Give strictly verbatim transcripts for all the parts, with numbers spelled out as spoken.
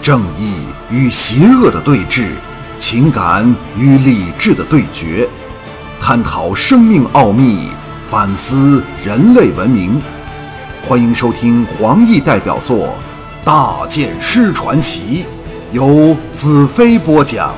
正义与邪恶的对峙，情感与理智的对决，探讨生命奥秘，反思人类文明。欢迎收听黄奕代表作《大剑师传奇》，由子飞播讲。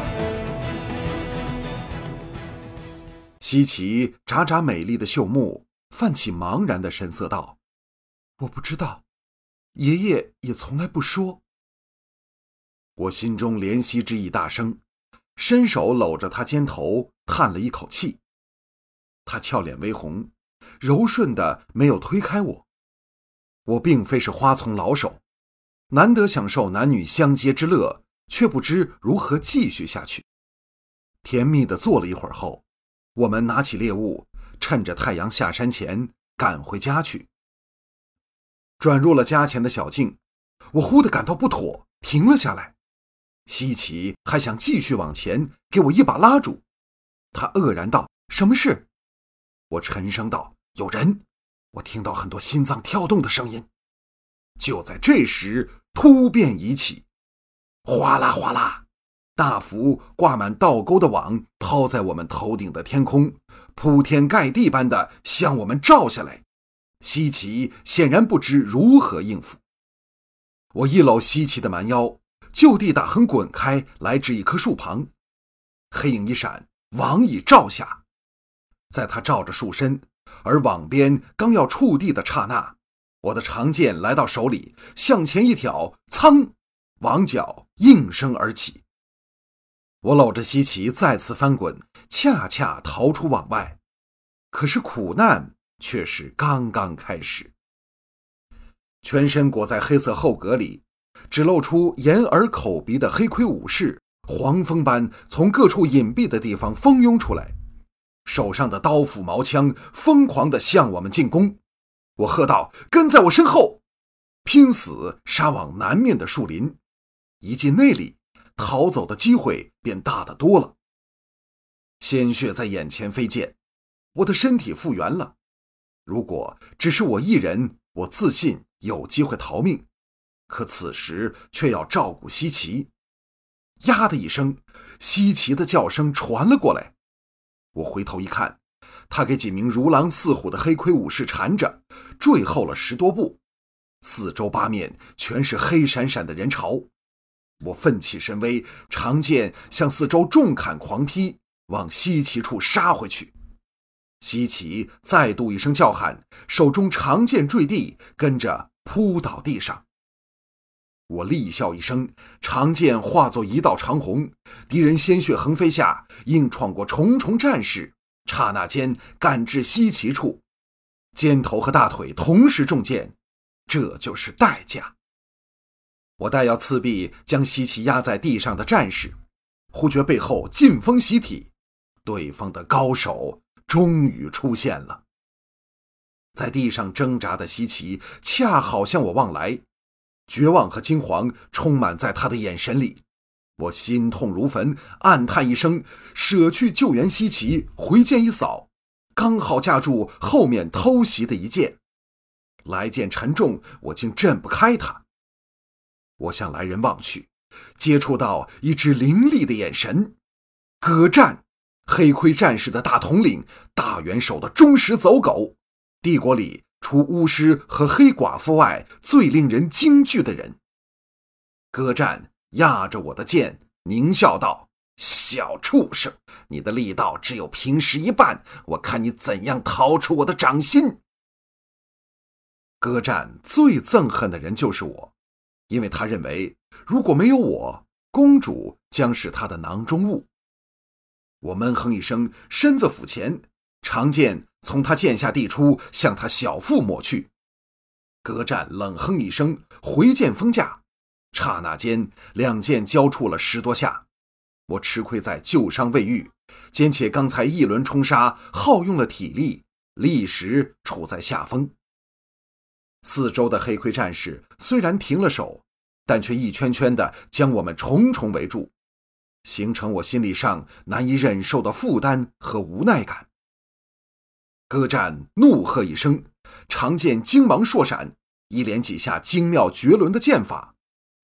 西岐眨眨美丽的秀目，泛起茫然的神色道：“我不知道，爷爷也从来不说。”我心中怜惜之意大生，伸手搂着他肩头，叹了一口气。他俏脸微红，柔顺的没有推开我。我并非是花丛老手，难得享受男女相接之乐，却不知如何继续下去。甜蜜地坐了一会儿后，我们拿起猎物，趁着太阳下山前赶回家去。转入了家前的小径，我忽地感到不妥，停了下来。西岐还想继续往前，给我一把拉住。他愕然道：“什么事？”我沉声道：“有人。”我听到很多心脏跳动的声音。就在这时，突变已起，哗啦哗啦，大幅挂满倒钩的网抛在我们头顶的天空，铺天盖地般的向我们照下来。西岐显然不知如何应付。我一搂西岐的蛮腰，就地打横滚开，来至一棵树旁。黑影一闪，网已照下。在他照着树身，而网边刚要触地的刹那，我的长剑来到手里，向前一挑，噌，网角应声而起。我搂着西岐再次翻滚，恰恰逃出网外。可是苦难却是刚刚开始。全身裹在黑色厚革里，只露出眼耳口鼻的黑盔武士，黄蜂般从各处隐蔽的地方蜂拥出来，手上的刀斧矛枪疯狂地向我们进攻。我喝道：“跟在我身后！”拼死杀往南面的树林。一进内里，逃走的机会便大得多了。鲜血在眼前飞溅，我的身体复原了。如果只是我一人，我自信有机会逃命，可此时却要照顾西岐。呀的一声，西岐的叫声传了过来。我回头一看，他给几名如狼似虎的黑盔武士缠着，坠后了十多步，四周八面全是黑闪闪的人潮。我奋起神威，长剑向四周重砍狂劈，往西岐处杀回去。西岐再度一声叫喊，手中长剑坠地，跟着扑倒地上。我厉笑一声，长剑化作一道长虹，敌人鲜血横飞下，硬闯过重重战士，刹那间赶至西岐处，肩头和大腿同时中箭，这就是代价。我待要刺毙将西岐压在地上的战士，忽觉背后劲风袭体，对方的高手终于出现了。在地上挣扎的西岐恰好向我望来，绝望和惊惶充满在他的眼神里。我心痛如焚，暗叹一声，舍去救援西岐，回剑一扫，刚好架住后面偷袭的一剑。来剑沉重，我竟震不开他。我向来人望去，接触到一只凌厉的眼神。葛战，黑盔战士的大统领，大元首的忠实走狗，帝国里除巫师和黑寡妇外最令人惊惧的人。葛战压着我的剑，狞笑道：“小畜生，你的力道只有平时一半，我看你怎样逃出我的掌心。”葛战最憎恨的人就是我，因为他认为如果没有我，公主将是他的囊中物。我闷哼一声，身子俯前，长剑从他剑下递出，向他小腹抹去。葛战冷哼一声，回剑封架，刹那间两剑交触了十多下。我吃亏在旧伤未愈，兼且刚才一轮冲杀耗用了体力，立时处在下风。四周的黑盔战士虽然停了手，但却一圈圈的将我们重重围住，形成我心理上难以忍受的负担和无奈感。葛战怒喝一声，长剑惊芒烁闪，一连几下精妙绝伦的剑法，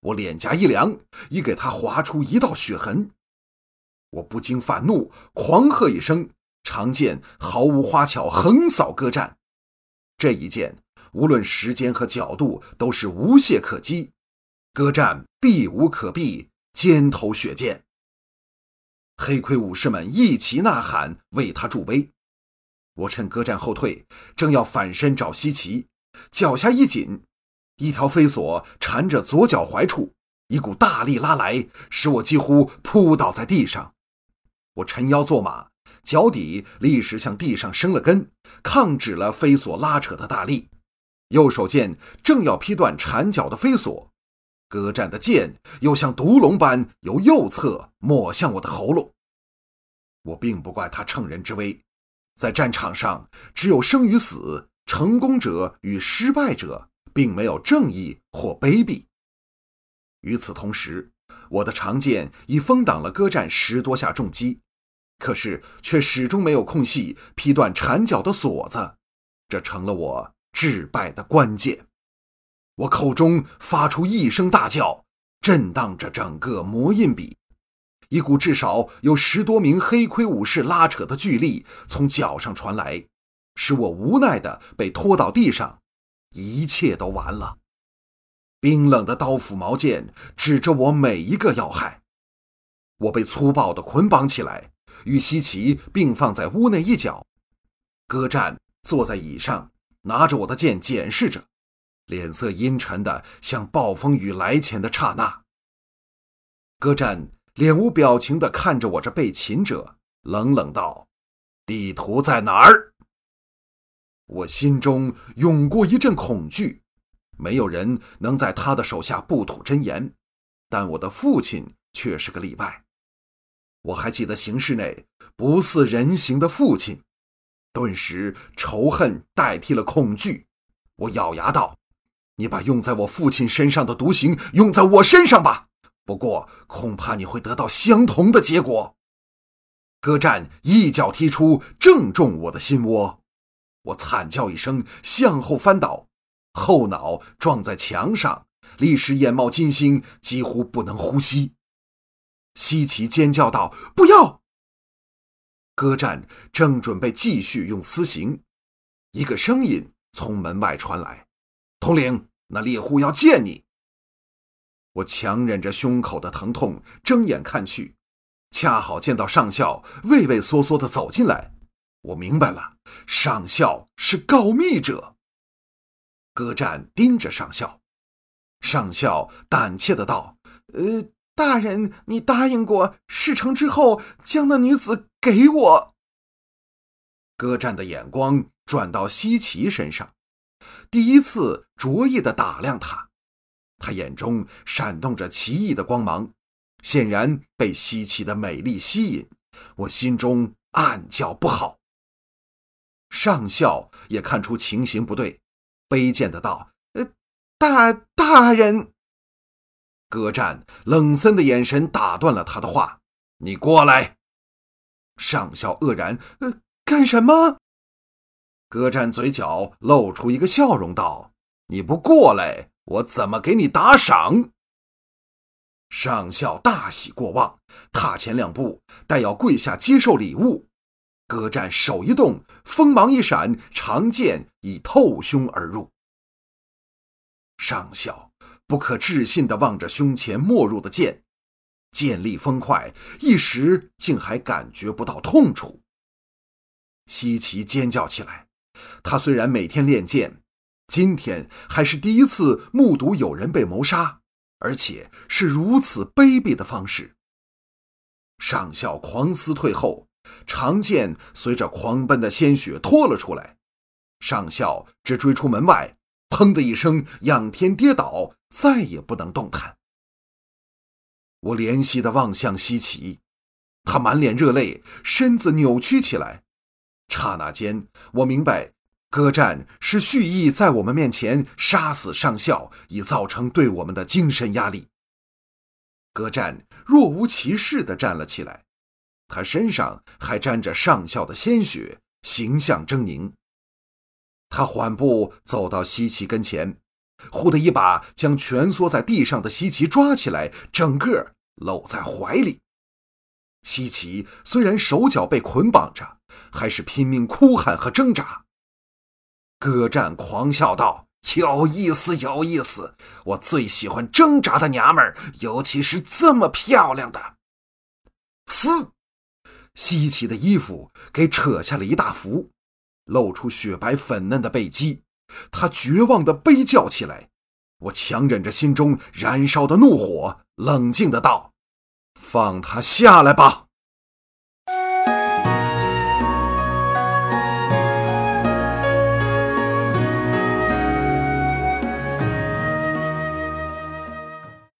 我脸颊一凉，已给他划出一道血痕。我不禁反怒，狂喝一声，长剑毫无花巧横扫歌战。这一剑无论时间和角度都是无懈可击，歌战避无可避，尖头血溅。黑盔武士们一齐呐喊，为他助威。我趁歌战后退，正要反身找西岐，脚下一紧，一条飞索缠着左脚踝处，一股大力拉来，使我几乎扑倒在地上。我沉腰坐马，脚底立时向地上生了根，抗止了飞索拉扯的大力。右手剑正要劈断缠脚的飞索，歌战的剑又像毒龙般由右侧抹向我的喉咙。我并不怪他乘人之危，在战场上只有生与死，成功者与失败者，并没有正义或卑鄙。与此同时，我的长剑已封挡了歌战十多下重击，可是却始终没有空隙劈断缠脚的锁子，这成了我致败的关键。我口中发出一声大叫，震荡着整个魔印笔。一股至少有十多名黑盔武士拉扯的巨力从脚上传来，使我无奈地被拖到地上，一切都完了。冰冷的刀斧矛剑指着我每一个要害。我被粗暴地捆绑起来，与西岐并放在屋内一角。歌战坐在椅上，拿着我的剑检视着，脸色阴沉的像暴风雨来前的刹那。歌战脸无表情地看着我这被擒者，冷冷道：地图在哪儿？我心中涌过一阵恐惧，没有人能在他的手下不吐真言，但我的父亲却是个例外。我还记得形势内不似人形的父亲，顿时仇恨代替了恐惧。我咬牙道：你把用在我父亲身上的毒刑用在我身上吧，不过恐怕你会得到相同的结果。歌战一脚踢出，正中我的心窝。我惨叫一声，向后翻倒，后脑撞在墙上，立时眼冒金星，几乎不能呼吸。西岐尖叫道：不要！歌战正准备继续用私刑，一个声音从门外传来：统领，那猎户要见你。我强忍着胸口的疼痛，睁眼看去，恰好见到上校畏畏缩缩地走进来。我明白了，上校是告密者。歌战盯着上校，上校胆怯地道：呃，大人，你答应过事成之后将那女子给我。歌战的眼光转到西岐身上，第一次着意地打量他，他眼中闪动着奇异的光芒，显然被西岐的美丽吸引。我心中暗叫不好。上校也看出情形不对，卑贱的道：呃，大大人。歌战冷森的眼神打断了他的话：你过来。上校愕然：呃，干什么？歌战嘴角露出一个笑容道：你不过来，我怎么给你打赏？上校大喜过望，踏前两步，待要跪下接受礼物。歌战手一动，锋芒一闪，长剑已透胸而入。上校不可置信地望着胸前没入的剑，剑力风快，一时竟还感觉不到痛楚。西岐尖叫起来，他虽然每天练剑，今天还是第一次目睹有人被谋杀，而且是如此卑鄙的方式。上校狂嘶退后，长剑随着狂奔的鲜血拖了出来。上校只追出门外，砰的一声仰天跌倒，再也不能动弹。我怜惜地望向西岐，他满脸热泪，身子扭曲起来。刹那间，我明白歌战是蓄意在我们面前杀死上校，以造成对我们的精神压力。歌战若无其事地站了起来，他身上还沾着上校的鲜血，形象狰狞。他缓步走到西岐跟前， 忽的一把将蜷缩在地上的西奇抓起来，整个搂在怀里。西奇虽然手脚被捆绑着，还是拼命哭喊和挣扎。歌战狂笑道：“有意思，有意思！我最喜欢挣扎的娘们儿，尤其是这么漂亮的。”嘶！西奇的衣服给扯下了一大幅，露出雪白粉嫩的背肌。他绝望地悲叫起来。我强忍着心中燃烧的怒火，冷静地道：“放他下来吧。”